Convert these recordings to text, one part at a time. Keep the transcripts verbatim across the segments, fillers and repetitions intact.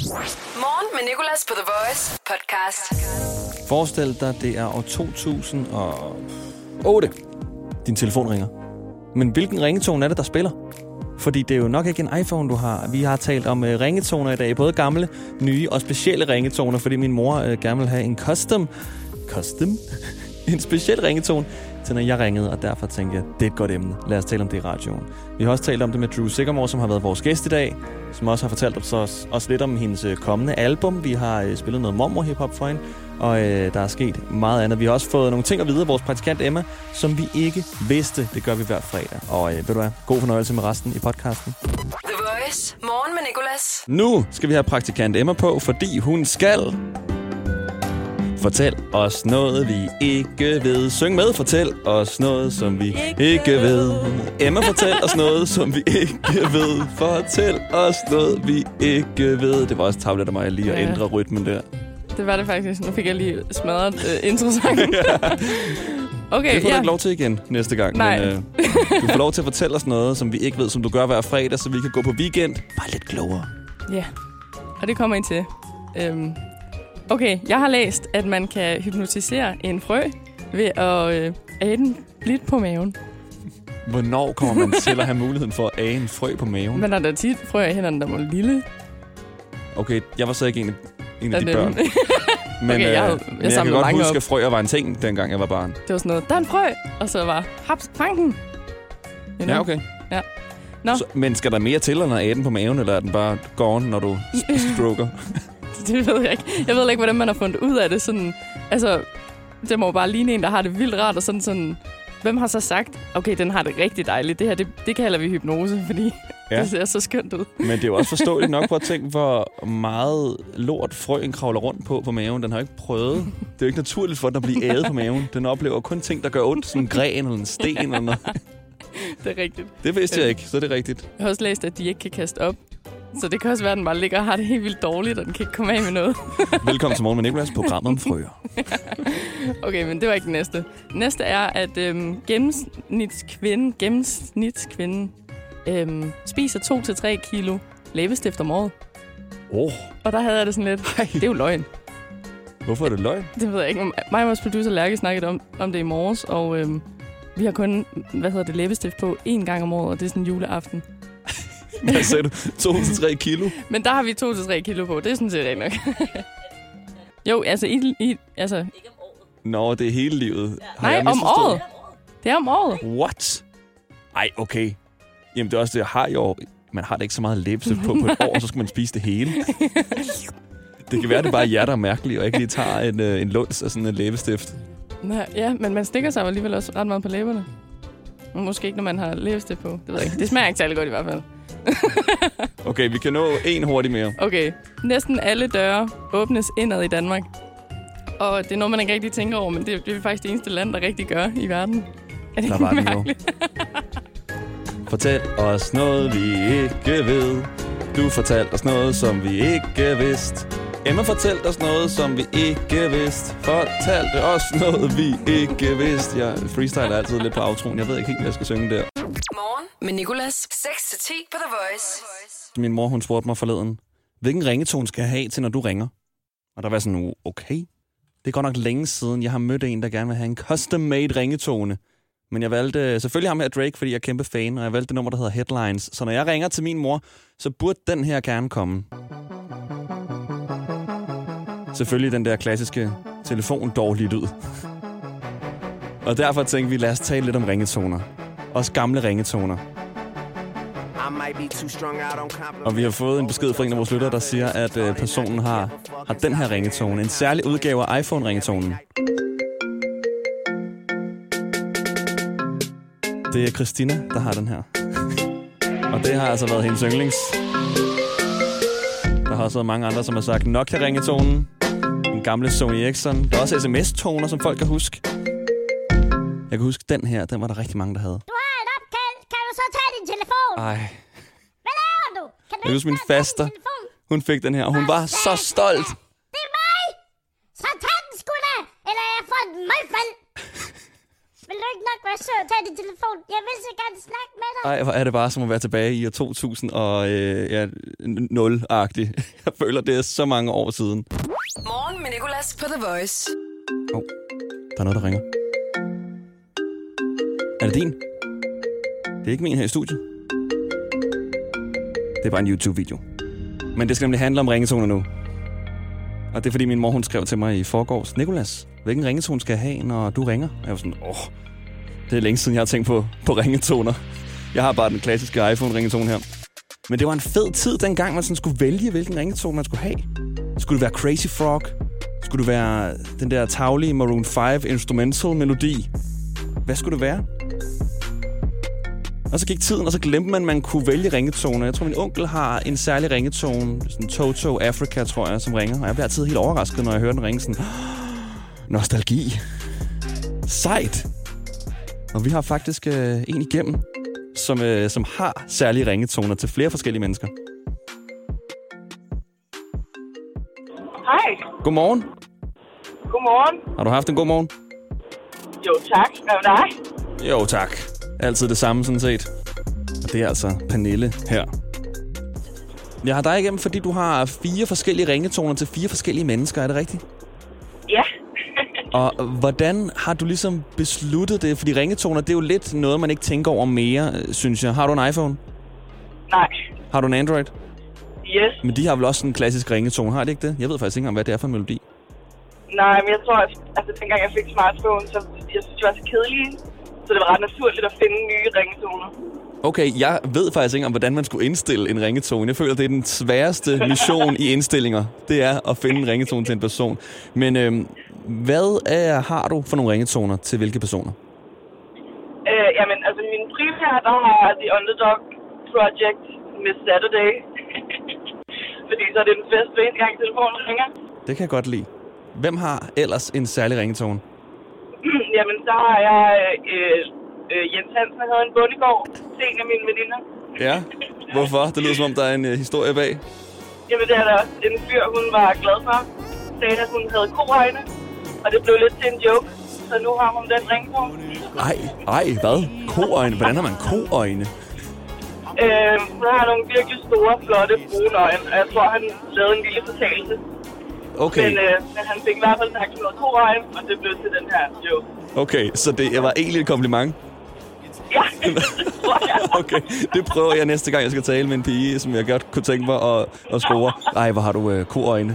Morgen med Nicolas på The Voice podcast. Forestil dig, det er år to tusind og otte. Din telefon ringer. Men hvilken ringetone er det, der spiller? Fordi det er jo nok ikke en iPhone, du har. Vi har talt om uh, ringetoner i dag. Både gamle, nye og specielle ringetoner, fordi min mor uh, gerne vil have en custom... Custom? en speciel ringetone til, når jeg ringede, og derfor tænkte jeg, det er et godt emne. Lad os tale om det i radioen. Vi har også talt om det med Drew Sigamore, som har været vores gæst i dag, som også har fortalt os, os lidt om hendes kommende album. Vi har uh, spillet noget mormor hiphop for hende, og uh, der er sket meget andet. Vi har også fået nogle ting at vide af vores praktikant Emma, som vi ikke vidste. Det gør vi hver fredag. Og uh, ved du hvad? God fornøjelse med resten i podcasten. The Voice. Morgen med Nicolas. Nu skal vi have praktikant Emma på, fordi hun skal... Fortæl os noget, vi ikke ved. Syng med, fortæl os noget, som vi ikke, ikke ved. Emma, fortæl os noget, som vi ikke ved. Fortæl os noget, vi ikke ved. Det var også tavlet af mig lige at ændre rytmen der. Det var det faktisk. Nu fik jeg lige smadret uh, introsangen. Okay, det får ja. du ikke lov til igen næste gang. Nej. Men, uh, du får lov til at fortælle os noget, som vi ikke ved, som du gør hver fredag, så vi kan gå på weekend. Bare lidt klogere. Ja, og det kommer I til. Um, okay, jeg har læst, at man kan hypnotisere en frø ved at uh, æde den lidt på maven. Hvornår kommer man til at have muligheden for at æde en frø på maven? Men der er da tit frø i hænderne, der må lille. Okay, jeg var så ikke en af, en af de den... børn. Men, okay, jeg, øh, jeg, men jeg kan godt mange huske, op. at frøer var en ting, dengang jeg var barn. Det var sådan noget, der er en frø, og så var, haps, fang den. You know? Ja, okay. Ja. No. Så, men skal der mere til, end at æde den på maven, eller er den bare gone, når du stroker? Det ved jeg ikke. Jeg ved ikke, hvordan man har fundet ud af det. Sådan, altså, det må jo bare ligne en, der har det vildt rart, og sådan sådan... Hvem har så sagt, okay, den har det rigtig dejligt. Det her, det, det kalder vi hypnose, fordi ja. Det ser så skønt ud. Men det er jo også forståeligt nok på at tænke, hvor meget lort frøen kravler rundt på på maven. Den har jo ikke prøvet. Det er jo ikke naturligt for den at blive ædet på maven. Den oplever kun ting, der gør ondt. Sådan en gren eller en sten eller noget. Det er rigtigt. Det vidste jeg ikke, så det er rigtigt. Jeg har også læst, at de ikke kan kaste op. Så det kan også være, at den bare ligger og har det helt vildt dårligt, og den kan ikke komme af med noget. Velkommen til Morgen med Nicolas, programmet om frøer. Okay, men det var ikke det næste. Næste er, at øhm, gennemsnitskvinden, gennemsnitskvinden øhm, spiser to til tre kilo læbestift om året. Oh. Og der havde jeg det sådan lidt, Ej. det er jo løgn. Hvorfor er det løgn? Det ved jeg ikke. Mig og vores producer Lærke snakkede om, om det i morges, og øhm, vi har kun, hvad hedder det, læbestift på én gang om året, og det er sådan juleaften. Hvad sagde du? to til tre kilo? Men der har vi to til tre kilo på. Det er sådan set rigtig nok. Jo, altså... I, i, altså Ikke om året. Nå, det er hele livet. Har nej, jeg om misforstået? året. Det er om året. What? Ej, okay. Jamen, det er også det, jeg har i år. Man har da ikke så meget læbestift på på et år, så skal man spise det hele. Det kan være, det er bare jer, der er mærkeligt, og ikke lige tager en, en luns af sådan en læbestift. Nej, ja, men man stikker sig alligevel også ret meget på læberne. Måske ikke, når man har læbestift på. Det ved jeg ikke. Det smager ikke særlig godt i hvert fald. Okay, vi kan nå en hurtigt mere. Okay. Næsten alle døre åbnes indad i Danmark. Og det er noget, man ikke rigtig tænker over, men det, det er faktisk det eneste land, der rigtig gør i verden. Er det Der ikke var den jo. mærkeligt? Fortæl os noget, vi ikke ved. Du fortalte os noget, som vi ikke vidste. Emma fortalte os noget, som vi ikke vidste. Fortalte os noget, vi ikke vidste. Jeg freestyler altid lidt på outroen. Jeg ved ikke helt, hvad jeg skal synge der. Morgen med Nicolas. seks til ti på The Voice. Min mor, hun spurgte mig forleden, hvilken ringetone skal jeg have til, når du ringer? Og der var sådan, okay. Det er godt nok længe siden, jeg har mødt en, der gerne vil have en custom-made ringetone. Men jeg valgte selvfølgelig ham her Drake, fordi jeg er kæmpe fan, og jeg valgte det nummer, der hedder Headlines. Så når jeg ringer til min mor, så burde den her gerne komme. Selvfølgelig den der klassiske telefon dårligt ud. Og derfor tænkte vi, lad os tale lidt om ringetoner. Også gamle ringetoner. Og vi har fået en besked fra en af vores lyttere, der siger, at øh, personen har, har den her ringetone. En særlig udgave af iPhone-ringetonen. Det er Christina, der har den her. Og det har altså været hendes yndlings. Der har også været mange andre, som har sagt Nokia-ringetonen. Den gamle Sony Ericsson. Der er også sms-toner, som folk kan huske. Jeg kan huske den her. Den var der rigtig mange, der havde. Du har et opkald. Kan du så tage din telefon? Ej. Hvad laver du? Kan du Jeg husker min faster. Hun fik den her, og hun var så stolt. Det er mig! Så tag den sgu da, eller jeg får et møgfald. Vil du ikke nok være sød og tage din telefon? Jeg vil så gerne snakke med dig. Ej, hvor er det bare som at være tilbage i år to tusind og øh, ja, nul-agtig. Jeg føler, det er så mange år siden. Morgen med Nicolas på The Voice. Åh, oh, der er noget, der ringer. Er det din? Det er ikke min her i studiet. Det er bare en YouTube-video. Men det skal nemlig handle om ringetoner nu. Og det er fordi min mor, hun skrev til mig i forgårs: Nicolas, hvilken ringetone skal jeg have, når du ringer? Jeg var sådan, åh, det er længe siden, jeg har tænkt på, på ringetoner. Jeg har bare den klassiske iPhone-ringetone her. Men det var en fed tid dengang, man sådan skulle vælge, hvilken ringetone man skulle have. Skulle det være Crazy Frog? Skulle det være den der taglige Maroon fem instrumental-melodi? Hvad skulle det være? Og så gik tiden, og så glemte man, at man kunne vælge ringetoner. Jeg tror, min onkel har en særlig ringetone, sådan Toto Africa, tror jeg, som ringer. Og jeg bliver altid helt overrasket, når jeg hører den ringe sådan, nostalgi. Sejt. Og vi har faktisk øh, en igennem, som, øh, som har særlige ringetoner til flere forskellige mennesker. Hej. Godmorgen. Godmorgen. Har du haft en god morgen? Jo, tak. Hvad med dig? Jo, tak. Altid det samme, sådan set. Og det er altså Pernille her. Jeg har dig igennem, fordi du har fire forskellige ringetoner til fire forskellige mennesker. Er det rigtigt? Ja. Og hvordan har du ligesom besluttet det? Fordi ringetoner, det er jo lidt noget, man ikke tænker over mere, synes jeg. Har du en iPhone? Nej. Har du en Android? Yes. Men de har vel også en klassisk ringetone, har de ikke det? Jeg ved faktisk ikke engang, hvad det er for en melodi. Nej, men jeg tror, at altså, dengang jeg fik smartphone, så jeg synes, det var så kedelige. Så det var ret naturligt at finde nye ringetoner. Okay, jeg ved faktisk ikke om, hvordan man skulle indstille en ringetone. Jeg føler, det er den sværeste mission i indstillinger. Det er at finde en ringetone til en person. Men øhm, hvad er, har du for nogle ringetoner til hvilke personer? Øh, jamen, altså min primære, der har jeg The Underdog Project med Saturday. Fordi så er det den fest, hver eneste gang telefonen ringer. Det kan jeg godt lide. Hvem har ellers en særlig ringetone? Jamen, så har jeg øh, øh, Jens Hansen, der havde en bondegård til en af mine veninder. Ja, hvorfor? Det lyder som om, der er en øh, historie bag. Jamen, det er der også en fyr, hun var glad for. Sagde, at hun havde koøjne, og det blev lidt til en joke. Så nu har hun den ringtone. Ej, ej, hvad? Koøjne? Hvordan har man koøjne? Øh, hun har nogle virkelig store, flotte, brune øjne, og jeg tror, han lavede en lille fortalelse. Okay. Men, øh, men han fik i hvert fald sagt noget koøjne, og det blev til den her joke. Okay, så det var egentlig et kompliment? Ja, det tror jeg. Okay, det prøver jeg næste gang, jeg skal tale med en pige, som jeg godt kunne tænke mig at, at score. Ej, hvor har du øh, koøjne.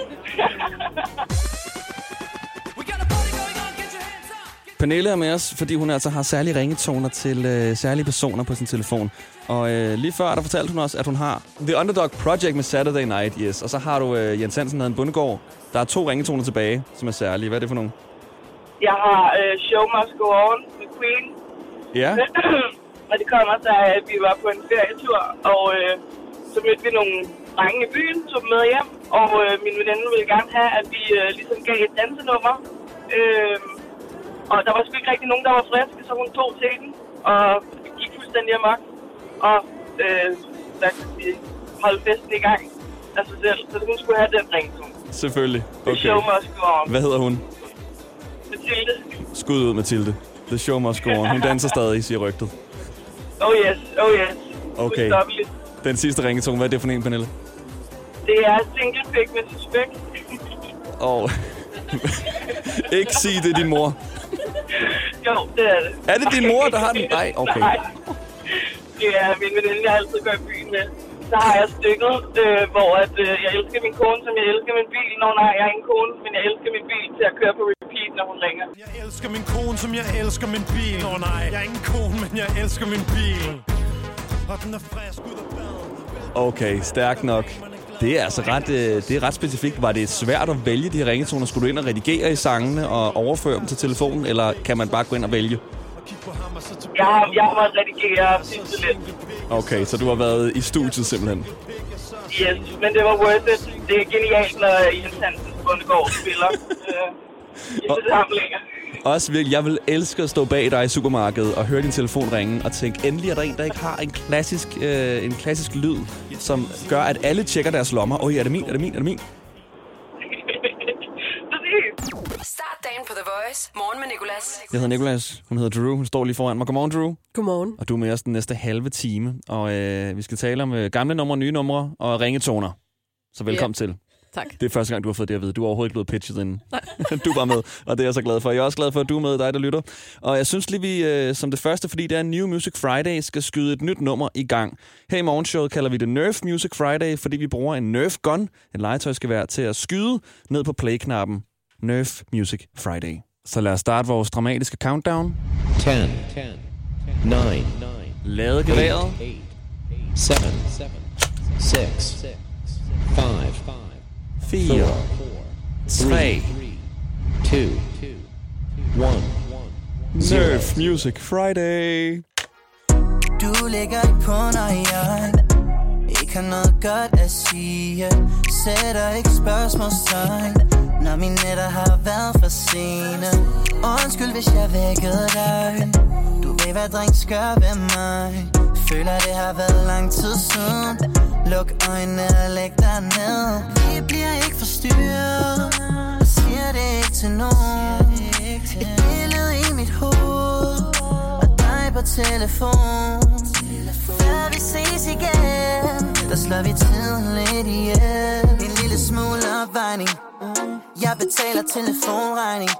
Pernille er med os, fordi hun altså har særlige ringetoner til øh, særlige personer på sin telefon. Og øh, lige før, der fortalte hun også, at hun har The Underdog Project med Saturday Night, yes. Og så har du øh, Jens Hansen, der en bondegård. Der er to ringetoner tilbage, som er særlige. Hvad er det for nogle? Jeg har øh, Show Must Go On med Queen. Ja. Og det kommer så, at vi var på en ferietur, og øh, så mødte vi nogle drenge i byen, tog dem med hjem. Og øh, min veninde ville gerne have, at vi øh, ligesom gav et dansenummer. Øh, og der var sgu ikke rigtig nogen, der var friske, så hun tog til den, og gik fuldstændig amok. Og øh, der kan sige, holde festen i gang af sig selv, så hun skulle have den ringtone. Selvfølgelig. Okay. The Show Must Go On. Hvad hedder hun? Mathilde. Skud ud, Mathilde. The Show Must Go On. Hun danser stadig, siger rygtet. Oh yes, oh yes. Okay. Ustoppeligt. Den sidste ringetone, hvad er det for en, Pernille? Det er Single Pick med Suspect. Åh. Oh. Ikke sige det, din mor. Jo, det er det. Er det din mor, der har den? Nej, okay. Nej. Det er min veninde, jeg altid går i byen med. Så har jeg stykket, øh, hvor at, øh, jeg elsker min kone, som jeg elsker min bil. Nå nej, jeg er ingen kone, men jeg elsker min bil til at køre på repeat, når hun ringer. Jeg elsker min kone, som jeg elsker min bil. Nå nej, jeg er ingen kone, men jeg elsker min bil. Og den er frisk ud af bad. Okay, stærk nok. Det er altså ret, øh, det er ret specifikt. Var det svært at vælge de her ringetoner? Skulle du ind og redigere i sangene og overføre dem til telefonen, eller kan man bare gå ind og vælge? Jeg har, jeg har måttet redigere sidste lidt. Okay, så du har været i studiet simpelthen? Yes, men det var worth it. Det er genialt, når Jens Hansen Bondegård spiller. øh, jeg synes, ham længere. Også virkelig, jeg vil elske at stå bag dig i supermarkedet og høre din telefon ringe og tænke, endelig er der en, der ikke har en klassisk, øh, en klassisk lyd, som gør, at alle tjekker deres lommer. Oj, er det min? Er det min? Er det min? Start dagen på The The Voice. Morgen med Nicolas. Jeg hedder Nicolas. Hun hedder Drew. Hun står lige foran mig. Godmorgen, Drew. Godmorgen. Og du er med os den næste halve time. Og øh, vi skal tale om øh, gamle numre, nye numre og ringetoner. Så velkommen yeah. til. Tak. Det er første gang, du har fået det at vide. Du er overhovedet ikke blevet pitchet inden. Du er bare med, og det er jeg så glad for. Jeg er også glad for, at du er med, dig der lytter. Og jeg synes lige, vi øh, som det første, fordi det er New Music Friday, skal skyde et nyt nummer i gang. Her i morgenshowet kalder vi det Nerf Music Friday, fordi vi bruger en Nerf gun, et legetøjsgevær, til at skyde ned på play-knappen. Nerf Music Friday. Så lad os starte vores dramatiske countdown. ti, ni, Lade geværet. syv, seks, fem, fire, tre, to, one. Nerf Music Friday. Du ligger ikke på, når jeg ikke har noget godt at sige. Sætter ikke spørgsmålstegn, når mine nætter har været for sene. Undskyld, hvis jeg vækkede dig. Du ved, hvad drengs gør ved mig. Føler, det har været lang tid siden. Luk øjnene og læg dig ned. Vi bliver ikke forstyrret. Jeg siger det ikke til nogen. Et billede i mit hoved og dig på telefon. Før vi ses igen, der slår vi tiden lidt ihjel. En lille smule opvejning. Jeg betaler telefonregning.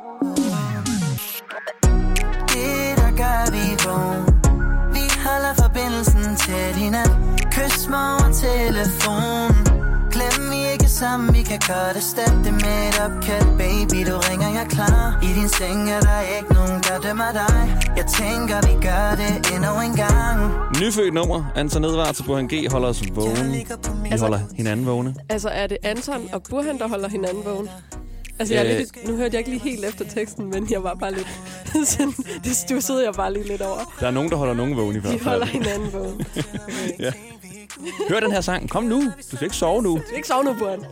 Det der gør vi vågen. Vi holder forbindelsen tæt hinanden. Kys mig over telefon. Glem vi ikke sammen, vi kan gøre det. Step det med et opkald, baby. Du ringer, jeg er klar. I din seng er der ikke nogen, der dømmer dig. Jeg tænker, vi gør det endnu en gang. Nyfødt nummer. Anton Edvard til Burhan G holder os vågne. Vi Altså- holder hinanden vågne. Altså, er det Anton og Burhan, der holder hinanden vågen? Altså, jeg er Øh. lidt, nu hørte jeg ikke lige helt efter teksten, men jeg var bare lidt... sådan, det stussede jeg bare lige lidt over. Der er nogen, der holder nogen vågne i hvert De fald. holder hinanden vågen. Okay. Ja. Hør den her sang. Kom nu. Du skal ikke sove nu. Du skal ikke sove nu, Burhan.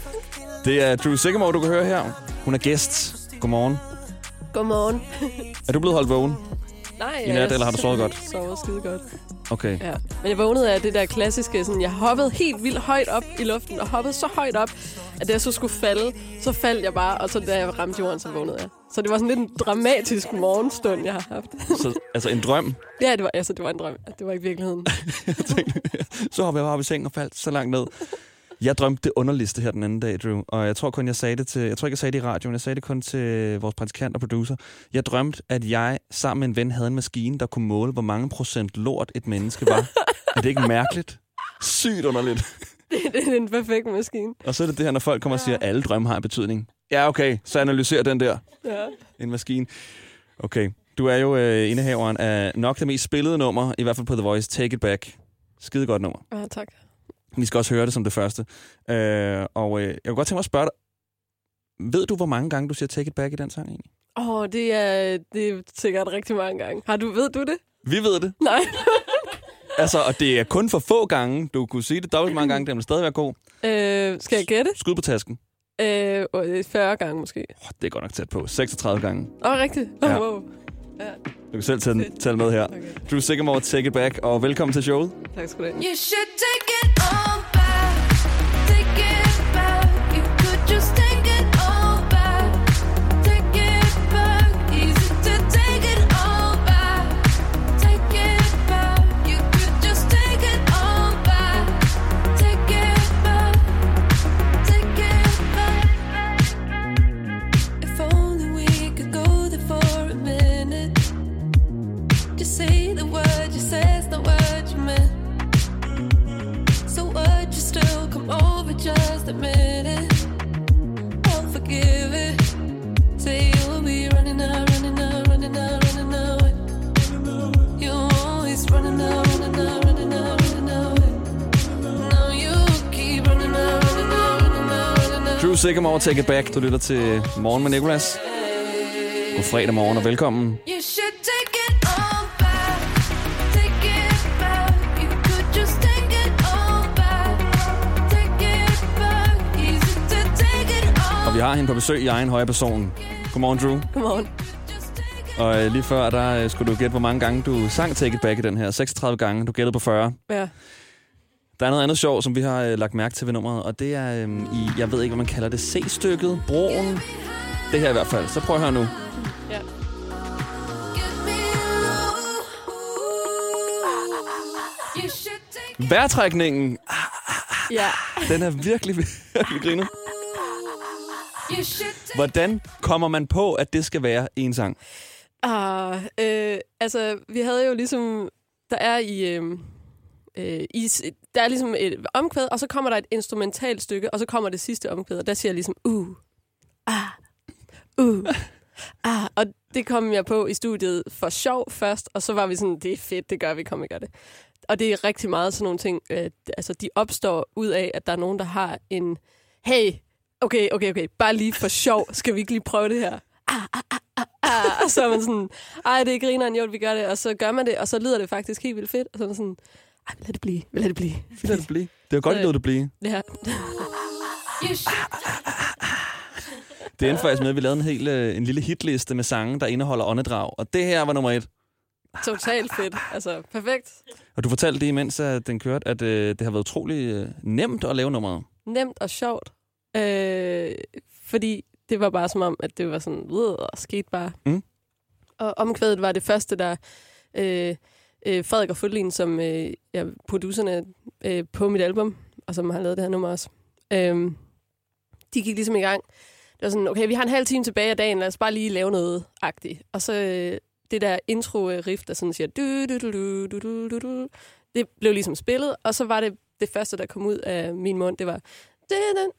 Det er Drew Sigamore, du kan høre her. Hun er gæst. Godmorgen. Godmorgen. Er du blevet holdt vågen? Nej, I nat, jeg eller har du sovet godt? sovet skide godt. Okay. Ja. Men jeg vågnede af det der klassiske, sådan, jeg hoppede helt vildt højt op i luften, og hoppede så højt op, at da jeg så skulle falde, så faldt jeg bare, og så da jeg ramte jorden, så vågnede jeg. Så det var sådan lidt en dramatisk morgenstund, jeg har haft. Så, altså en drøm. Ja, det var, altså, det var en drøm. Det var ikke virkeligheden. Jeg tænkte, så hopper jeg bare op i sengen og faldt så langt ned. Jeg drømte det underligste her den anden dag, Drew. Og jeg tror kun, jeg sagde det til... Jeg tror ikke, jeg sagde det i radioen. Jeg sagde det kun til vores praktikant og producer. Jeg drømte, at jeg sammen med en ven havde en maskine, der kunne måle, hvor mange procent lort et menneske var. Er det ikke mærkeligt? Sygt underligt. Det, det er en perfekt maskine. Og så er det det her, når folk kommer og siger, at alle drømme har en betydning. Ja, okay. Så analyser den der. Ja. En maskine. Okay. Du er jo øh, indehaveren af nok det mest spillede nummer, i hvert fald på The Voice, Take It Back. Skide godt nummer. Ja, tak. Vi skal også høre det som det første. Øh, og øh, jeg kunne godt tænke mig at spørge dig, ved du, hvor mange gange du siger Take It Back i den sang egentlig? Åh, oh, det er, det er sikkert rigtig mange gange. Har du, ved du det? Vi ved det. Nej. Altså, og det er kun for få gange. Du kunne sige det dobbelt mange gange, den vil stadig være god. øh, skal jeg gætte? Skud på tasken. Øh, fyrre gange måske. Oh, det er godt nok tæt på. seksogtredive gange. Åh, oh, rigtigt? Oh, Ja. wow. Ja, Du kan selv tælle, tælle med her. okay. Drew Sigamore, Take It Back, og velkommen til showet. Tak skal du have. You should take it all back. Take it back. You could just take it all back. Take it back. Easy to take it all back. Take it back. You could just take it all back. Take it back. Take it back. If only we could go there for a minute. Just say the word, just say the word you meant. So would you still come over just a minute? I'll forgive it. Say you'll be running out, running out, running out, running out. You're always running out, running out, running out, running out. Now you keep running out, running out, running out, running out. Drew Sigamore, Take It Back. Du lytter til Morgen med Nicolas. God fredag morgen og velkommen. You should take it all back. Take it back. You could just take it all back. Take it back. Easy to take it all. Og vi har hende på besøg i egen høje person. Godmorgen, Drew. Godmorgen. Just take it. Og øh, lige før, der øh, skulle du gætte, hvor mange gange du sang Take It Back i den her. seksogtredive gange. Du gættede på fyrre. Ja. Der er noget andet sjov, som vi har øh, lagt mærke til ved nummeret, og det er øh, i, jeg ved ikke, hvad man kalder det, C-stykket, broen. Det her i hvert fald. Så prøv at høre nu. Ja. Vejrtrækningen. Ja. Den er virkelig, virkelig grinet. Hvordan kommer man på, at det skal være en sang? Ah, øh, altså, vi havde jo ligesom... Der er i... Øh, øh, i der er ligesom et omkvæd, og så kommer der et instrumentalt stykke, og så kommer det sidste omkvæd, og der siger jeg ligesom... Uh, ah, uh, ah. Og det kom jeg på i studiet for sjov først, og så var vi sådan, det er fedt, det gør vi, kom og gør det. Og det er rigtig meget sådan nogle ting, øh, altså de opstår ud af, at der er nogen, der har en... Hey, okay, okay, okay, bare lige for sjov, skal vi ikke lige prøve det her? Ah, ah, ah, ah, ah. Og så er man sådan, ej, det er grineren, jo, vi gør det. Og så gør man det, og så lyder det faktisk helt vildt fedt. Og så er man sådan, ej, lad det blive, lad det blive. Lad det blive. Det er godt, at lade det blive. Ja. Det endte faktisk med, at vi lavede en, hel, en lille hitliste med sange, der indeholder åndedrag. Og det her var nummer et. Totalt fedt. Altså, perfekt. Og du fortalte det, imens at den kørte, at øh, det har været utrolig øh, nemt at lave nummeret. Nemt og sjovt. Øh, fordi det var bare som om, at det var sådan, øh, og skete bare. Mm. Og omkvædet var det første, der... Øh, øh, Frederik og Fodlin, som øh, er producerne øh, på mit album, og som har lavet det her nummer også. Øh, de gik ligesom i gang. Det var sådan, okay, vi har en halv time tilbage af dagen, lad os bare lige lave noget agtigt. Og så øh, det der intro-riff, der sådan siger, du, du, du, du, du, du, du, det blev ligesom spillet, og så var det det første, der kom ud af min mund, det var, det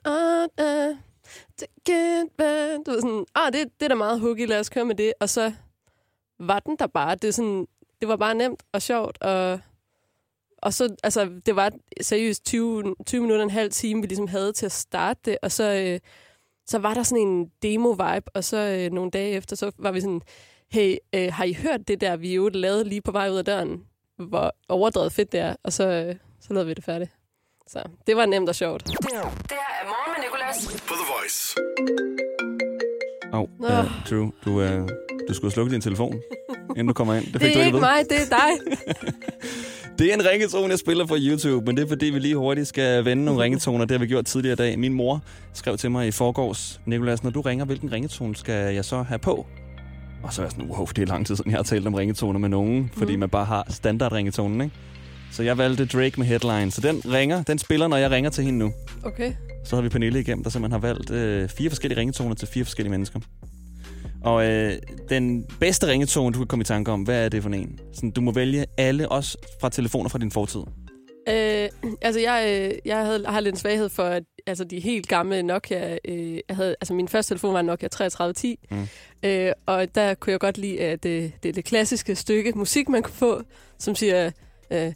var sådan, ah, det, det er da meget huggy, lad os køre med det. Og så var den der bare, det, sådan, det var bare nemt og sjovt, og, og så, altså, det var seriøst tyve, tyve minutter, en halv time, vi ligesom havde til at starte det, og så, øh, så var der sådan en demo-vibe, og så øh, nogle dage efter, så var vi sådan, hey, øh, har I hørt det der, vi jo lavede lige på vej ud af døren? Hvor overdrevet fedt det er, og så, øh, så lavede vi det færdigt. Så det var nemt og sjovt. Det her er Morgen med Nicolas. På The Voice. Åh, oh, uh, Drew, du, uh, du skulle slukke din telefon, inden du kommer ind. Det, fik det er du ikke ikke ved. mig, det er dig. Det er en ringetone, jeg spiller på YouTube, men det er fordi, vi lige hurtigt skal vende nogle ringetoner. Det har vi gjort tidligere i dag. Min mor skrev til mig i forgårs, Nicolas, når du ringer, hvilken ringetone skal jeg så have på? Og så er jeg sådan, wow, det er lang tid siden, jeg har talt om ringetoner med nogen, fordi mm. man bare har standard-ringetonen, ikke? Så jeg valgte Drake med Headline. Så den ringer, den spiller, når jeg ringer til hende nu. Okay. Så har vi Pernille igennem, der simpelthen har valgt øh, fire forskellige ringetoner til fire forskellige mennesker. Og øh, den bedste ringetone, du kan komme i tanke om, hvad er det for en? Sådan, du må vælge alle, også fra telefoner fra din fortid. Øh, altså, jeg, øh, jeg havde, har lidt en svaghed for at, altså, de helt gamle Nokia. Øh, jeg havde, altså, min første telefon var en Nokia treogtredive ti. Mm. Øh, og der kunne jeg godt lide, at det, det er det klassiske stykke musik, man kunne få, som siger... Øh,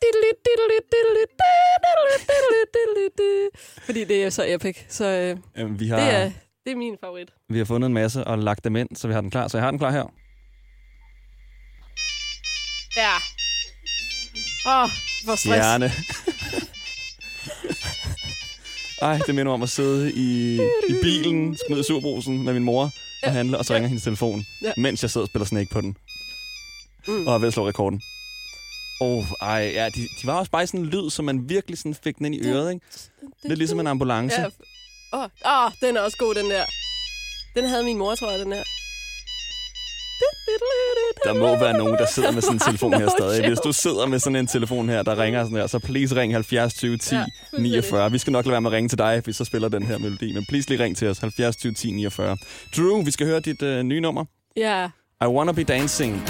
fordi det er så epic. Så øh, Jamen, vi har, det, er, det er min favorit. Vi har fundet en masse og lagt dem ind, så vi har den klar. Så jeg har den klar her. Ja. Åh, oh, hvor stress. Hjerne. Ej, det minder om at sidde i, i bilen, skal ned i Superbrugsen med min mor ja. og handle, og så ringer ja. hendes telefon, ja. mens jeg sidder og spiller Snake på den. Mm. Og er ved at slå rekorden. Åh, oh, ej, ja, de, de var også bare sådan en lyd, så man virkelig sådan fik den ind i øret, ikke? Lidt ligesom en ambulance. Åh, ja. oh, oh, den er også god, den der. Den havde min mor, tror jeg, den her. Der må være nogen, der sidder med sådan en telefon her stadig. Hvis du sidder med sådan en telefon her, der ringer sådan her, så please ring halvfjerds tyve ti niogfyrre. Vi skal nok lade være med at ringe til dig, hvis så spiller den her melodi. Men please lige ring til os, halvfjerds tyve ti niogfyrre. Drew, vi skal høre dit øh, nye nummer. Ja. Yeah. I Wanna Be Dancing.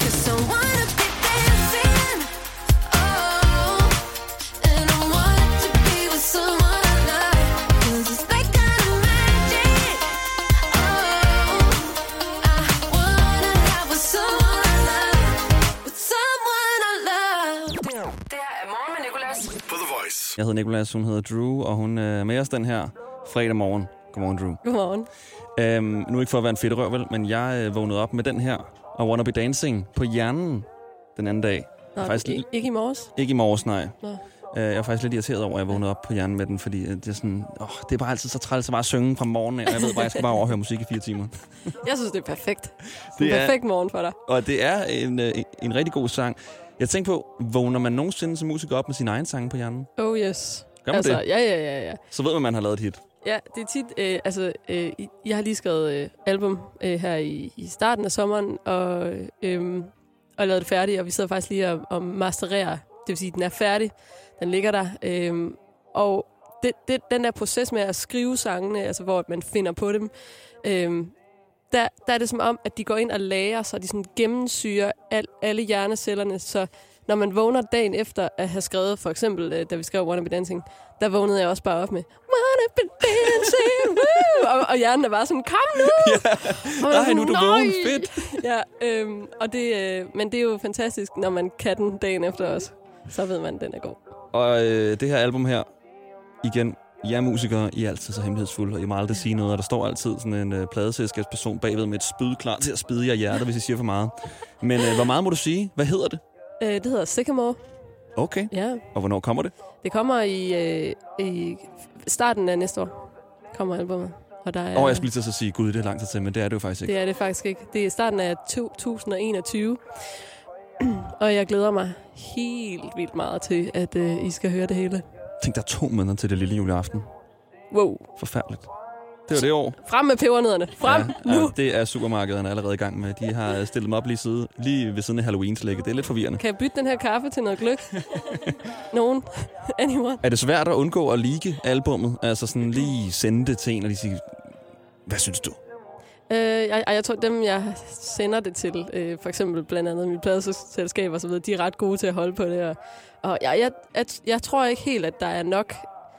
Jeg hedder Nicolas, hun hedder Drew, og hun er med os den her fredag morgen. Godmorgen, Drew. Godmorgen. Øhm, nu ikke for at være en fedt røv, vel, men jeg øh, vågnede op med den her, I Wanna Be Dancing, på hjernen den anden dag. Nå, faktisk, ikke, ikke i morges? Ikke i morges, nej. Nå. Øh, jeg var faktisk lidt irriteret over, at jeg vågnede op på hjernen med den, fordi øh, det er sådan, åh, det er bare altid så træls at bare synge fra morgenen af, og jeg ved bare, jeg skal bare overhøre musik i fire timer. Jeg synes, det er perfekt. Det er en perfekt morgen for dig. Og det er en, øh, en, en rigtig god sang. Jeg tænker på, vågner man nogensinde som musiker op med sin egen sang på hjernen? Oh yes. Gør man altså, det? Ja, ja, ja, ja. Så ved man, man har lavet et hit. Ja, det er tit, øh, altså, øh, jeg har lige skrevet øh, album øh, her i, i starten af sommeren, og, øh, og lavet det færdigt, og vi sidder faktisk lige og, og mastererer, det vil sige, den er færdig, den ligger der, øh, og det, det, den der proces med at skrive sangene, altså hvor man finder på dem, øh, der, der er det som om, at de går ind og lager, så de sådan gennemsyrer al, alle hjernecellerne, så når man vågner dagen efter at have skrevet, for eksempel, øh, da vi skrev Wanna Be Dancing, der vågnede jeg også bare op med Wanna Be Dancing, woo! Og, og hjernen er bare sådan, kom nu! Ja. Nej, nu er du vågen, fedt! Ja, øhm, og det, øh, men det er jo fantastisk, når man kan den dagen efter også. Så ved man, at den er god. Og øh, det her album her, igen, I er musikere, I er altid så hemmelighedsfulde, og I må aldrig sige noget, og der står altid sådan en øh, pladeselskabsperson bagved med et spyd klar til at spide jer hjertet, hvis I siger for meget. Men øh, hvor meget må du sige? Hvad hedder det? Øh, det hedder Sycamore. Okay. Ja. Og hvornår kommer det? Det kommer i, øh, i starten af næste år, kommer albumet. Og der er, og jeg skulle lige til at sige, gud, det er lang tid til, men det er det jo faktisk ikke. Det er det faktisk ikke. Det er starten af to tusind og enogtyve. Og jeg glæder mig helt vildt meget til, at øh, I skal høre det hele. Tænk, der er to måneder til det lille juleaften. Wow. Forfærdeligt. Det var det år. Frem med pebernødderne. Frem ja, nu. Ja, det er supermarkederne allerede i gang med. De har stillet dem op lige, side, lige ved siden af Halloween-slægget. Det er lidt forvirrende. Kan jeg bytte den her kaffe til noget gløgg? Nogen? Anyone? Er det svært at undgå at leake albummet? Altså sådan lige sende det til en og lige sige, hvad synes du? Øh, jeg, jeg tror, dem jeg sender det til, øh, for eksempel blandt andet mit pladeselskab og så videre, de er ret gode til at holde på det. Og, og jeg, jeg, jeg, jeg tror ikke helt, at der er nok,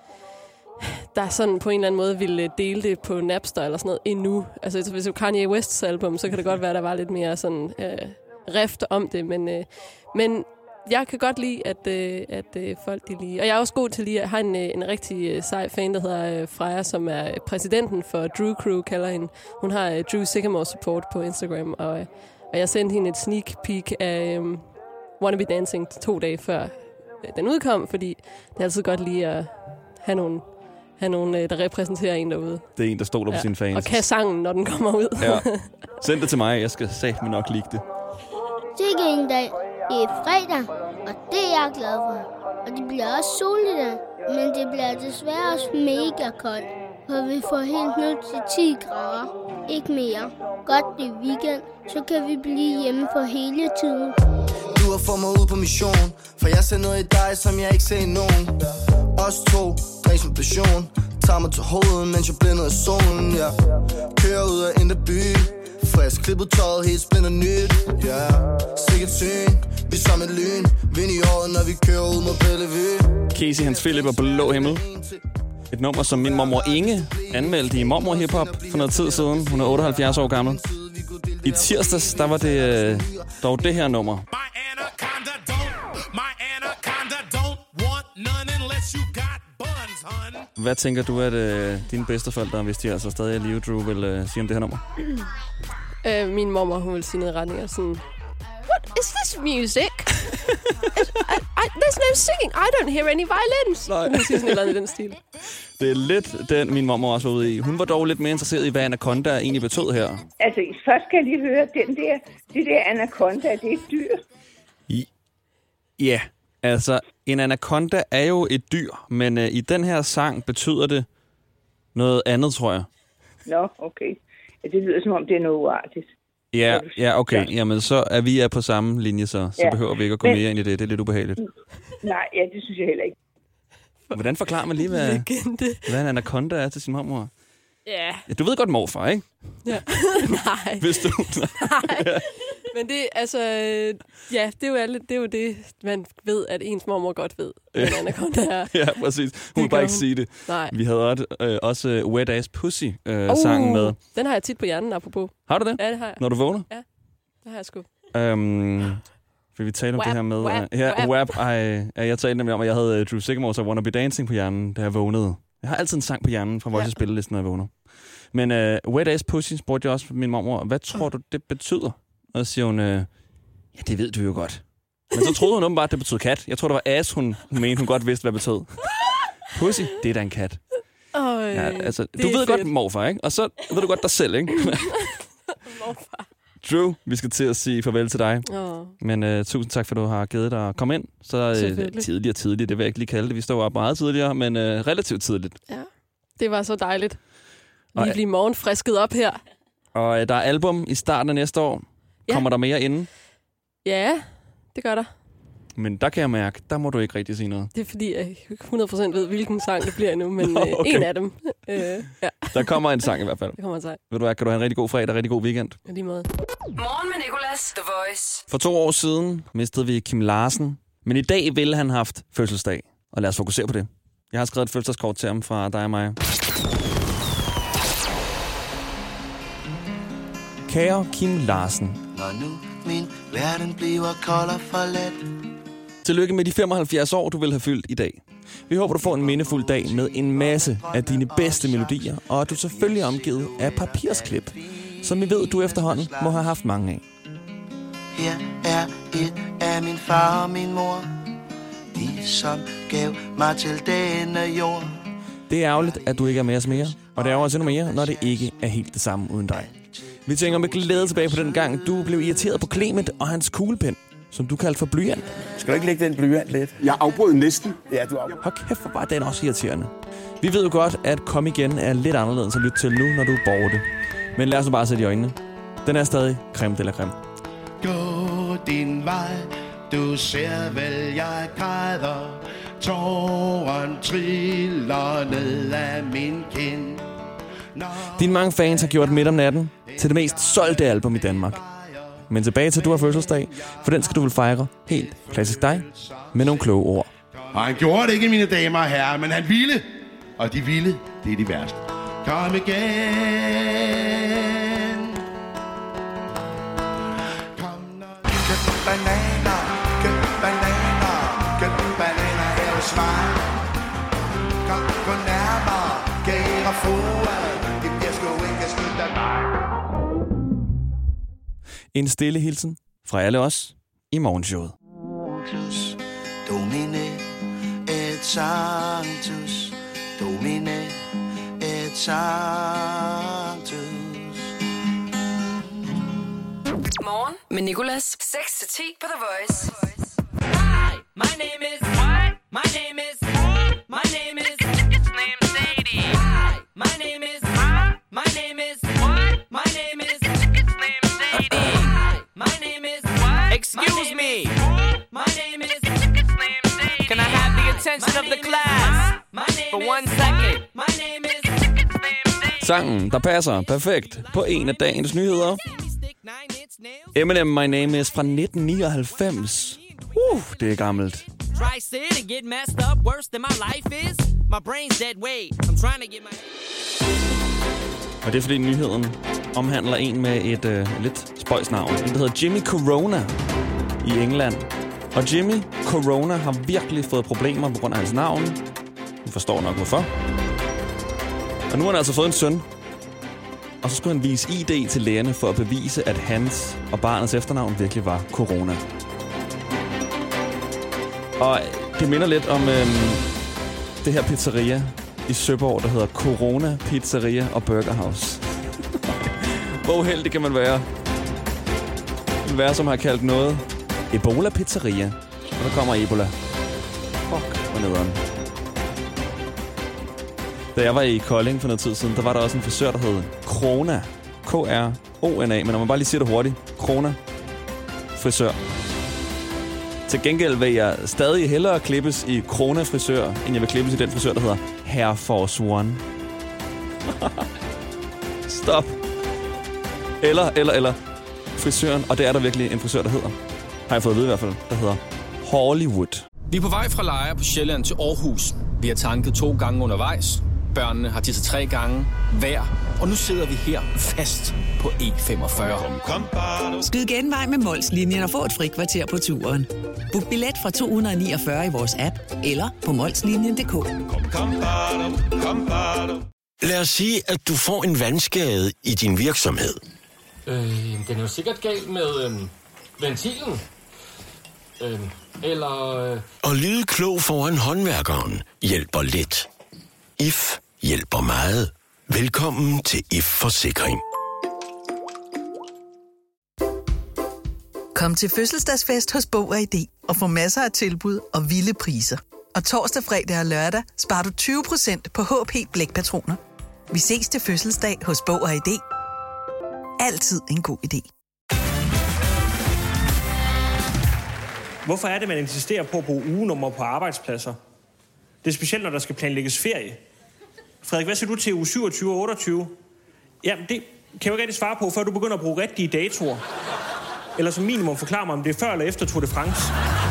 der sådan på en eller anden måde ville dele det på Napster eller sådan noget endnu. Altså hvis det var Kanye Wests album, så kan det godt være, at der var lidt mere sådan øh, rift om det. Men, øh, men jeg kan godt lide, at, øh, at øh, folk de lige... Og jeg er også god til lige at have en, en rigtig øh, sej fan, der hedder øh, Freja, som er præsidenten for Drew Crew, kalder hende. Hun har øh, Drew Sycamore Support på Instagram, og, øh, og jeg sendte hende et sneak peek af øh, Wanna Be Dancing to dage før øh, den udkom, fordi det er altid godt lige at have nogle... have nogen, der repræsenterer en derude. Det er en, der stoler ja. på sine fans. Og kan sangen, når den kommer ud. Ja. Send det til mig. Jeg skal satme nok lide det. Sikke en dag. Det er fredag, og det er jeg glad for. Og det bliver også soligt der, men det bliver desværre også mega koldt. For vi får helt ned til ti grader. Ikke mere. Godt det er weekend, så kan vi blive hjemme for hele tiden. Du har fået mig ud på mission, for jeg ser noget i dig, som jeg ikke ser i nogen. Os to, drinks med passion. Tager mig til hovedet, mens jeg blænder af solen, ja. Kører ud af indre by. Frisk klippet tøjet, helt splinter nyt, ja. Yeah. Sikkert syn, vi er som et lyn. Vind i håret, når vi kører ud mod Bellevue. Casey Hans Philip og Blå Himmel. Et nummer, som min mormor Inge anmeldte i Mormor Hip-Hop for noget tid siden. Hun er otteoghalvfjerds år gammel. I tirsdags, der var det øh, dog det her nummer. Hvad tænker du, at øh, dine bedsteforældre, hvis de altså stadig er i live, Drew, vil øh, sige om det her nummer? Øh, min mormor, hun vil sige noget retning af sådan... What is this music? I, I, there's no singing. I don't hear any violins. Nej. Hun siger sådan et eller andet i den stil. Det er lidt den, min mormor også var ude i. Hun var dog lidt mere interesseret i, hvad Anaconda egentlig betød her. Altså, først skal jeg lige høre, den der, det der Anaconda, det er et dyr. I, ja, altså, en anaconda er jo et dyr, men øh, i den her sang betyder det noget andet, tror jeg. Nå, okay. Ja, det lyder som om, det er noget uartigt. Ja, ja, okay. Jamen, så er vi er på samme linje, så, så ja. behøver vi ikke at gå men, mere ind i det. Det er lidt ubehageligt. Nej, ja, det synes jeg heller ikke. Hvordan forklarer man lige, hvad, hvad en anaconda er til sin mormor? Yeah. Ja. Du ved godt morfar, ikke? Ja. Nej. Hvis du... Nej. Men det, altså... Ja, det er, jo alle, det er jo det, man ved, at ens mormor godt ved, hvad en anaconda er. Ja, præcis. Hun vil bare ikke sige det. Nej. Vi havde også, øh, også Wet Ass Pussy-sangen øh, uh, med. Den har jeg tit på hjernen, apropos. Har du det? Ja, det har jeg. Når du vågner? Ja, det har jeg sgu. Øhm... Vil vi tale om wap, det her med... Wap, uh, ja, wap. wap. Ej, jeg talte nemlig om, at jeg havde uh, Drew Sycamore og Wanna Be Dancing på hjernen, da jeg vågnede. Jeg har altid en sang på hjernen fra Voice ja. Spillelisten, når jeg vågner. Men uh, Wet Ass Pussy spurgte jeg også min mormor, hvad tror du, det betyder? Og så siger hun, uh, ja, det ved du jo godt. Men så troede hun åbenbart, at det betød kat. Jeg tror, det var ass, hun, hun mente, hun godt vidste, hvad det betød. Pussy, det er da en kat. Øj, ja, altså, du ved fedt. godt morfar, ikke? Og så ved du godt dig selv, ikke? Morfar. Drew, vi skal til at sige farvel til dig. Oh. Men uh, tusind tak, for at du har givet dig at komme ind. Så uh, tidligere tidligt, det vil jeg ikke lige kalde det. Vi står op meget tidligere, men uh, relativt tidligt. Ja. Det var så dejligt. Og- Lige blive morgen frisket op her. Og øh, der er album i starten af næste år. Ja. Kommer der mere inden? Ja, det gør der. Men der kan jeg mærke, der må du ikke rigtig sige noget. Det er fordi, jeg ikke hundrede procent ved, hvilken sang det bliver endnu, men Nå, okay. okay. en af dem. Øh, ja, Der kommer en sang i hvert fald. det kommer en sang. Ved du hvad, kan du have en rigtig god fredag, rigtig god weekend. I lige måde. Morgen med Nicolas, The Voice. For to år siden mistede vi Kim Larsen, men i dag ville han have haft fødselsdag. Og lad os fokusere på det. Jeg har skrevet et fødselsdagskort til ham fra dig og mig. Kære Kim Larsen. Når nu min verden bliver kold og for let. Tillykke med de femoghalvfjerds år, du vil have fyldt i dag. Vi håber, du får en mindefuld dag med en masse af dine bedste melodier, og at du selvfølgelig er omgivet af papirsklip, som vi ved, du efterhånden må have haft mange af. Her er et af min far og min mor. De som gav mig til denne jord. Det er ærgerligt, at du ikke er med os mere, og det er også endnu mere, når det ikke er helt det samme uden dig. Vi tænker med glæde tilbage på den gang, du blev irriteret på Clement og hans kuglepen, som du kaldte for blyant. Skal du ikke lægge den blyant lidt? Jeg afbrød næsten. Ja, du afbrød. Hold kæft, hvor var den også irriterende. Vi ved jo godt, at Kom Igen er lidt anderledes at lytte til nu, når du er borte. Men lad os nu bare sætte i øjnene. Den er stadig creme de la creme. Gå din vej, du ser vel, jeg græder. Tåren triller ned af min kind. Dine mange fans har gjort Midt om natten til det mest solgte album i Danmark. Men tilbage til, at du har fødselsdag, for den skal du vel fejre helt klassisk dig, med nogle kloge ord. Og han gjorde det ikke, mine damer og herrer, men han ville. Og de ville, det er de værste. Kom igen. Køb bananer, køb bananer, køb bananer her hos mig. Kom, gå nærmere, kære frue, det bliver sgu ikke slut af mig. En stille hilsen fra alle os i morgenshowet. Domine et sanctus, Domine et sanctus. Morgen med Nicolas. seks til ti på The Voice. Hi, my name is. What? My name is. My name is. It's named Sadie. Hi, my name is. My name is. What? My name is. It's named Sadie. Hi, my name is. What? Excuse me. My name is. It's named Sadie. Can I have the attention of the class for one second? My name is. It's named Sadie. Sangen, der passer perfekt på en af dagens nyheder. Eminem, My Name Is fra nitten nioghalvfems. Uh, det er gammelt. Try sit and get messed up worse than my life is. My brain's dead weight. I'm trying to get my. Og det er fordi nyheden omhandler en med et øh, lidt spøjs navn. En, der hedder Jimmy Corona i England. Og Jimmy Corona har virkelig fået problemer på grund af hans navn. Vi forstår nok hvorfor. Og nu har han altså fået en søn. Og så skulle han vise I D til lægerne for at bevise, at hans og barnets efternavn virkelig var Corona. Og det minder lidt om øhm, det her pizzeria i Søborg, der hedder Corona Pizzeria og Burger House. Hvor uheldig kan man være? En være, som har kaldt noget Ebola Pizzeria. Og der kommer Ebola. Fuck, hvor nederen. Da jeg var i Kolding for noget tid siden, der var der også en frisør, der hed Krona. K R O N A. Men når man bare lige siger det hurtigt. Krona Frisør. Til gengæld vil jeg stadig hellere klippes i Krona Frisør, end jeg vil klippes i den frisør, der hedder Hair Force One. Stop. Eller, eller, eller. Frisøren, og det er der virkelig en frisør, der hedder. Har jeg fået at vide i hvert fald. Der hedder Hollywood. Vi er på vej fra Lejre på Sjælland til Aarhus. Vi har tanket to gange undervejs. Børnene har tisset tre gange hver. Og nu sidder vi her fast på E femogfyrre. Skyd genvej med Mols-linjen og få et frikvarter på turen. Book billet fra to hundrede niogfyrre i vores app eller på molslinjen punktum d k. Lad os sige, at du får en vandskade i din virksomhed. Øh, den er jo sikkert galt med øh, ventilen. Øh, eller... Øh... Og lyde klog foran håndværkeren hjælper lidt. I F hjælper meget. Velkommen til I F Forsikring. Kom til fødselsdagsfest hos Bog og I D og få masser af tilbud og vilde priser. Og torsdag, fredag og lørdag sparer du tyve procent på H P blækpatroner. Vi ses til fødselsdag hos Bog og I D. Altid en god idé. Hvorfor er det, man insisterer på at bruge ugenummer på arbejdspladser? Det er specielt, når der skal planlægges ferie. Frederik, hvad siger du til uge syvogtyve og otteogtyve? Jamen, det kan jeg jo ikke rigtig svare på, før du begynder at bruge rigtige datoer. Eller som minimum forklare mig, om det er før eller efter Tour de France.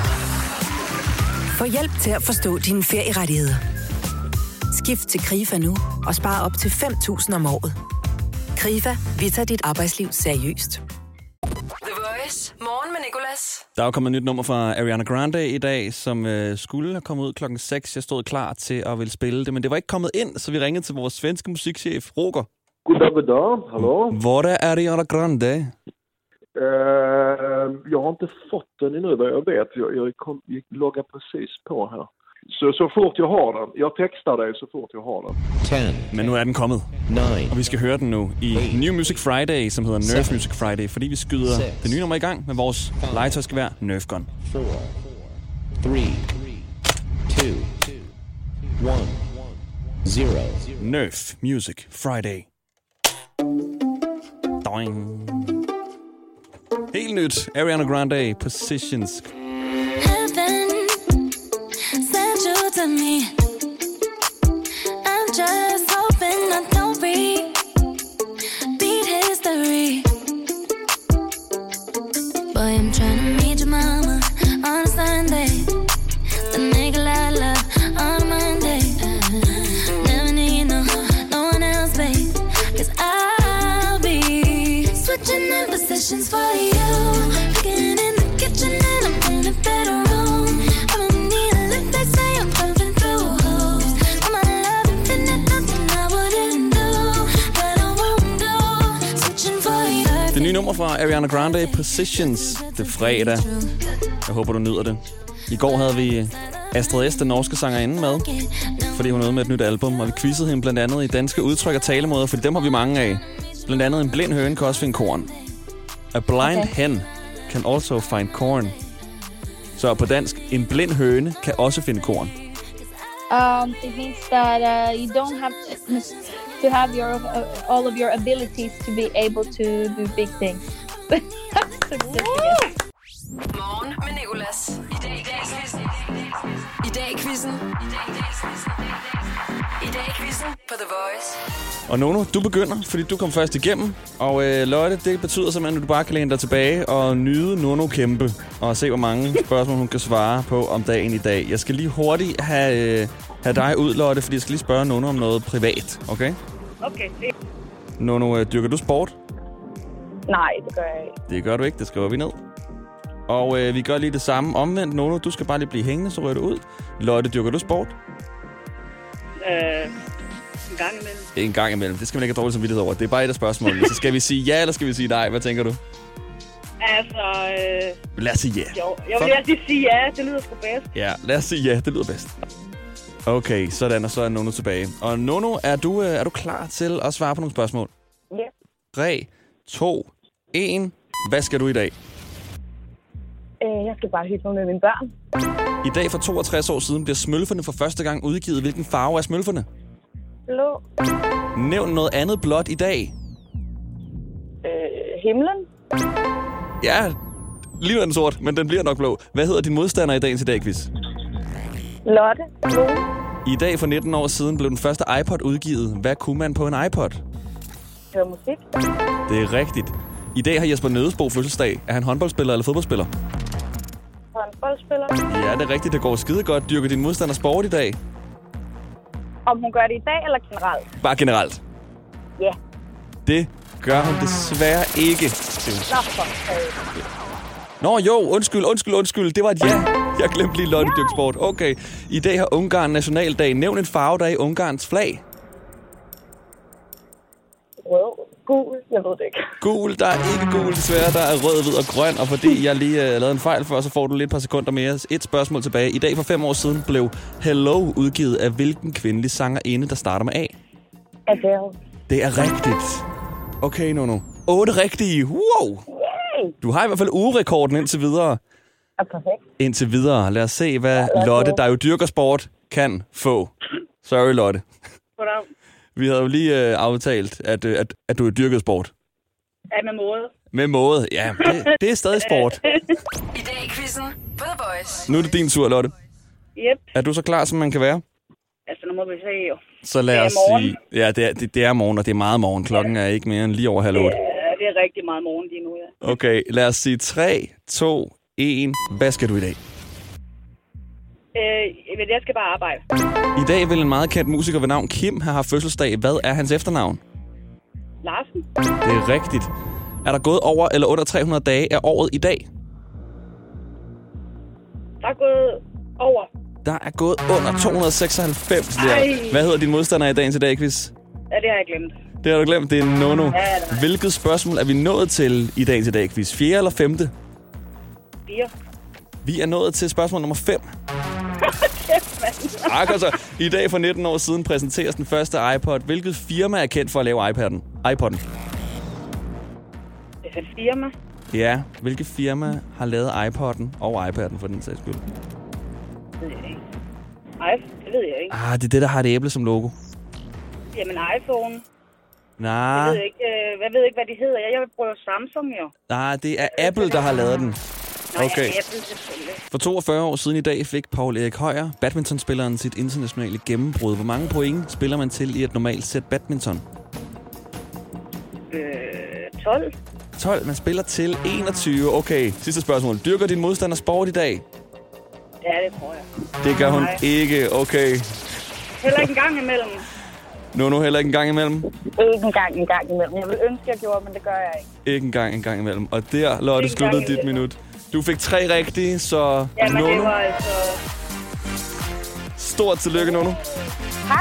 Få hjælp til at forstå dine ferierettigheder. Skift til KRIFA nu og spar op til fem tusind om året. KRIFA, vi tager dit arbejdsliv seriøst. The Voice. Morgen med Nicolas. Der er jo kommet et nyt nummer fra Ariana Grande i dag, som øh, skulle have kommet ud klokken seks. Jeg stod klar til at ville spille det, men det var ikke kommet ind, så vi ringede til vores svenske musikchef, Roger. Goddag, goddag. Hallå? Hvor er Ariana Grande? Uh, jag har inte fått den ännu, vad jag vet. Jag, jag, kom, jag loggar precis på här. Så, så fort jag har den. Jeg texter dig så fort jeg har den. ti. Men nu er den kommet. ni. Og vi skal høre den nu i eight. New Music Friday, som hedder Nerf Music Friday, fordi vi skyder six. Det nye nummer i gang med vores legetøjsgevær Nerf Gun. four. three. two. one. zero. Nerf Music Friday. Doing. Helt nyt. Ariana Grande, Positions. Heaven sent you to me. I'm just hoping I don't repeat history. Boy, I'm trying to meet your mama on a Sunday. The nigga I love on a Monday. Never need no, no one else, babe. Cause I'll be switching in positions for you. Cooking in the kitchen and I'm in the bedroom. I don't need a lift, they say I'm pumping through holes. I'm my love infinite, nothing I wouldn't do, that I won't do. Switching for you. Det nye nummer fra Ariana Grande, Positions. Det er fredag. Jeg håber, du nyder det. I går havde vi Astrid S, den norske sangerinde, med, fordi hun er ude med et nyt album, og vi quizzede hende blandt andet i danske udtryk og talemåder, fordi dem har vi mange af. Blandt andet en blind høne kan også finde korn. A blind okay. hen can also find corn. Så på dansk, en blind høne kan også finde korn. Um, it means that uh, you don't have to, to have your uh, all of your abilities to be able to do big things. Morgen med Nicolas. I dag i quizzen. I dag i quizzen. I dag i quizzen på The Voice. Og Nono, du begynder, fordi du kom først igennem. Og øh, Lotte, det betyder simpelthen, at du bare kan læne dig tilbage og nyde Nono kæmpe. Og se, hvor mange spørgsmål hun kan svare på om dagen i dag. Jeg skal lige hurtigt have, øh, have dig ud, Lotte, fordi jeg skal lige spørge Nono om noget privat, okay? Okay. Nono, øh, dyrker du sport? Nej, det gør jeg ikke. Det gør du ikke, det skriver vi ned. Og øh, vi gør lige det samme omvendt. Nono, du skal bare lige blive hængende, så rører du ud. Lotte, dyrker du sport? Øh... En gang imellem. En gang imellem. Det skal man ikke have dårligt samvittighed over. Det er bare et af spørgsmålene. Så skal vi sige ja, eller skal vi sige nej? Hvad tænker du? Altså... Øh... Lad os sige ja. Jo, jeg vil altid sige ja. Det lyder sgu bedst. Ja, lad os sige ja. Det lyder bedst. Okay, sådan. Og så er Nono tilbage. Og Nono, er du, er du klar til at svare på nogle spørgsmål? Ja. tre, to, et. Hvad skal du i dag? Øh, jeg skal bare hygge mig med mine børn. I dag for toogtres år siden bliver Smølferne for første gang udgivet. Hvilken farve er Smølferne? Blå. Nævn noget andet blåt i dag. Øh, himlen. Ja, lige den sort, men den bliver nok blå. Hvad hedder din modstander i dagens i dag, quiz? Lotte. Blå. I dag for nitten år siden blev den første iPod udgivet. Hvad kunne man på en iPod? Høre musik. Det er rigtigt. I dag har Jesper Nødesbo fødselsdag. Er han håndboldspiller eller fodboldspiller? Håndboldspiller. Ja, det er rigtigt. Det går skide godt. Dyrker din modstander sport i dag? Om hun gør det i dag eller generelt? Bare generelt? Ja. Yeah. Det gør hun desværre ikke. Nå, for Nå jo, undskyld, undskyld, undskyld. Det var et ja. Jeg glemte lige Lotte dyrke sport. Okay. I dag har Ungarn nationaldag. Nævn en farve, der er i Ungarns flag. Rød. Gul. Jeg ved det ikke. Gul. Der er ikke gul, desværre. Der er rød, hvid og grøn. Og fordi jeg lige uh, lavede en fejl før, så får du lidt par sekunder mere. Et spørgsmål tilbage. I dag for fem år siden blev Hello udgivet af hvilken kvindelig sangerinde, der starter med A? Adele. Det er rigtigt. Okay, Nono. Otte rigtige. Wow! Yay! Du har i hvert fald ugerekorden indtil videre. er perfekt. Indtil videre. Lad os se, hvad Lotte, der jo dyrker sport, kan få. Sorry, Lotte. Goddag. Vi havde jo lige øh, aftalt, at, øh, at, at du er dyrket sport. Ja, med måde. Med måde. Ja, det, det er stadig sport. I dag i quizzen på The Voice. Nu er det din tur, Lotte. Yep. Er du så klar, som man kan være? Altså, nu må vi se jo. Så lad det er os morgen. sige... Ja, det er, det, det er morgen, og det er meget morgen. Klokken er ikke mere end lige over halv otte. Ja, det er rigtig meget morgen lige nu, ja. Okay, lad os sige tre, to, et. Hvad skal du i dag? Øh, jeg skal bare arbejde. I dag vil en meget kendt musiker ved navn Kim have haft fødselsdag. Hvad er hans efternavn? Larsen. Det er rigtigt. Er der gået over eller under tre hundrede dage af året i dag? Der er gået over. Der er gået under to hundrede og seksoghalvfems der. Hvad hedder din modstander i dagens i dag, quiz? Ja, det har jeg glemt. Det har du glemt. Det er Nono. Ja, det har. Hvilket spørgsmål er vi nået til i dagens i dag, quiz? Fjerde eller femte? Fire. Vi er nået til spørgsmål nummer fem. Kæft, mand. Ak, altså, i dag for nitten år siden præsenteres den første iPod. Hvilket firma er kendt for at lave iPad'en? iPod'en. Det er et firma. Ja, hvilket firma har lavet iPod'en og iPad'en for den sags skyld? Det ved jeg ikke. Ej, det ved jeg ikke. Ah, det er det, der har et æble som logo. Jamen, iPhone. Nej. Jeg ved ikke, øh, jeg ved ikke, hvad de hedder. Jeg, jeg bruger Samsung, jo. Nej, det er Apple, der har lavet den. Nå, Okay. ja, Apple selvfølgelig. For toogfyrre år siden i dag fik Paul Erik Højer, badmintonspilleren, sit internationale gennembrud. Hvor mange point spiller man til i et normalt sæt badminton? Øh, tolv. tolv. Man spiller til enogtyve. Okay, sidste spørgsmål. Dyrker din modstander sport i dag? Ja, det tror jeg. Det gør hun Nej. ikke. Okay. Heller ikke en gang imellem. Nu nu heller ikke en gang imellem. Ikke en gang en gang imellem. Jeg vil ønske, jeg gjorde, men det gør jeg ikke. Ikke en gang en gang imellem. Og der, Lotte, Ikke en gang sluttede dit imellem. minut. Du fik tre rigtige, så Ja, men det Nono. var altså... Stort tillykke, Nono. Tak.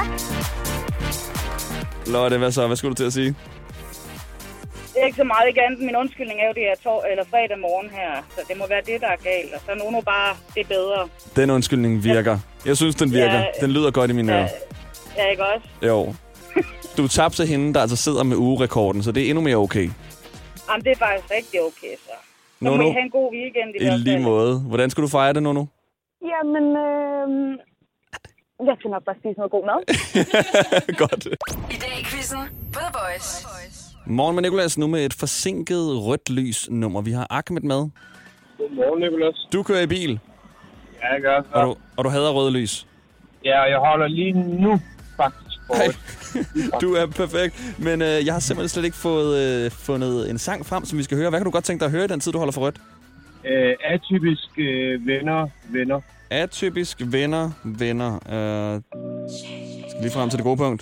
Lotte, hvad så? Hvad skulle du til at sige? Det er ikke så meget ikke andet. Min undskyldning er jo, det er tor- eller fredag morgen her. Så det må være det, der er galt. Og så er Nono bare det er bedre. Den undskyldning virker. Jeg synes, den virker. Ja, Den lyder godt i mine ører. Ja, ikke også? Jo. Du tabte til hende, der altså sidder med ugerekorden, så det er endnu mere okay. Jamen, det er faktisk rigtig okay, så. Så må Nono, I have en god weekend i i hvert lige fald. måde. Hvordan skal du fejre det, Nono? Jamen, øh... jeg skal nok bare spise noget god mad. Godt. I dag i quizzen på The Voice. Morgen med Nicolas, nu med et forsinket rødt lys-nummer. Vi har Ahmed med. Godmorgen, Nicolas. Du kører i bil, Ja, jeg gør. og du, og du hader røde lys. Ja, jeg holder lige nu faktisk på Hey. Du er perfekt. Men øh, jeg har simpelthen slet ikke fået øh, fundet en sang frem, som vi skal høre. Hvad kan du godt tænke dig at høre i den tid, du holder for rødt? Øh, atypisk øh, venner, venner. Atypisk venner, venner. Øh, skal lige frem til det gode punkt.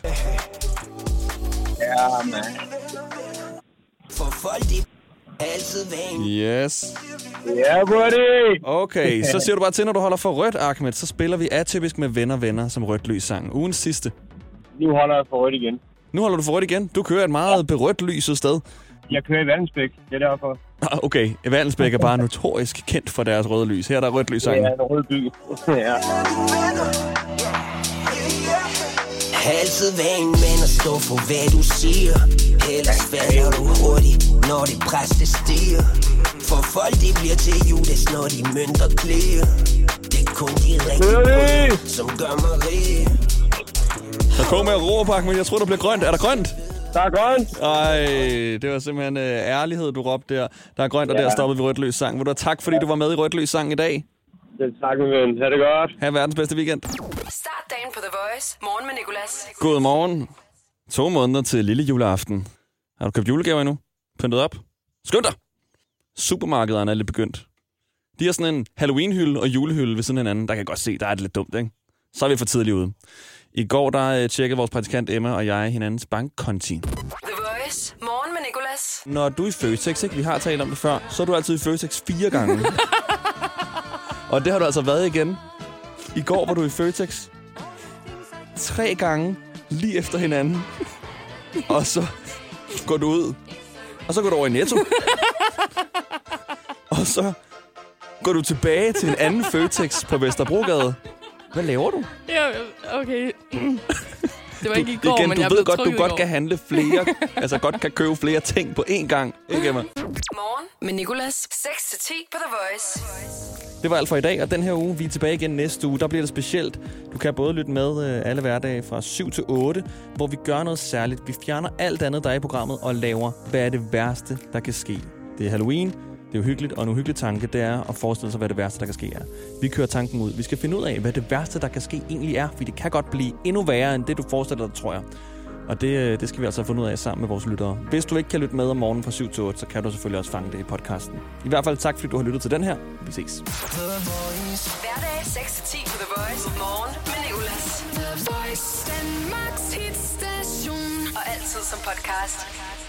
Ja, man. For folk, de altid væn. Yes. Ja, buddy. Okay, så siger du bare til, når du holder for rødt, Ahmed, så spiller vi atypisk med venner, venner som rødt lys sang. Ugens sidste. Nu holder jeg for rødt igen. Nu holder du for rødt igen. Du kører et meget berødt lyset sted. Jeg kører i Vandensbæk, det er derfor. Ah, okay, Vandensbæk er bare notorisk kendt for deres røde lys. Her er der rødt lys Det sangen. er en rød by. Ja. Altid væn, men at stå for hvad du siger. Ellers falder du hurtigt, når det pres det stiger. For folk, de bliver til Judas, når de mønter klæder. Det er kun de rigtige, som gør mig rig. Der kommer med råpak, men jeg tror, der bliver grønt. Er der grønt? Der er grønt. Ej, det var simpelthen øh, ærlighed, du råbte der. Der er grønt, og Ja. der stoppede vi rødt lys sang. Vil du have tak, fordi du var med i rødt lys sang i dag. Selv tak, min ven. Ha' det godt. Ha' verdens bedste weekend. Start dagen på The Voice. Morgen med Nicolas. God morgen. To måneder til lille juleaften. Har du købt julegaver endnu? Pyntet op? Skynd dig! Supermarkederne er lidt begyndt. De har sådan en Halloween-hylde og julehylde ved sådan en anden. Der kan jeg godt se, der er det lidt dumt, ikke? Så er vi for tidligt ude. I går der øh, tjekkede vores praktikant Emma og jeg hinandens bankkonti. The Voice. Morgen med Nicolas. Når du er i Føtex, ikke? Vi har talt om det før, så er du altid i Føtex fire gange. Og det har du altså været igen. I går var du i Føtex tre gange lige efter hinanden. Og så går du ud. Og så går du over i Netto. Og så går du tilbage til en anden Føtex på Vesterbrogade. Hvad laver du? Ja, okay. Det var ikke i Du, går, igen, men du jeg ved blev godt, du trykket i godt går. kan handle flere, altså godt kan købe flere ting på én gang. Ikke, Emma? Morgen med Nicolas. seks til ti på The Voice. Det var alt for i dag, og den her uge, vi er tilbage igen næste uge. Der bliver det specielt. Du kan både lytte med øh, alle hverdage fra syv til otte, hvor vi gør noget særligt. Vi fjerner alt andet, der er i programmet, og laver, hvad er det værste, der kan ske. Det er Halloween, det er jo hyggeligt, og en uhyggelig tanke, det er at forestille sig, hvad det værste, der kan ske er. Vi kører tanken ud. Vi skal finde ud af, hvad det værste, der kan ske egentlig er, for det kan godt blive endnu værre, end det, du forestiller dig, tror jeg. Og det, det skal vi altså have fundet ud af sammen med vores lyttere. Hvis du ikke kan lytte med om morgenen fra syv til otte, så kan du selvfølgelig også fange det i podcasten. I hvert fald tak, fordi du har lyttet til den her. Vi ses. Hverdag seks til ti på The Voice. Morgen med Nicolas. The Voice. Danmarks hitstation. Og altid som podcast.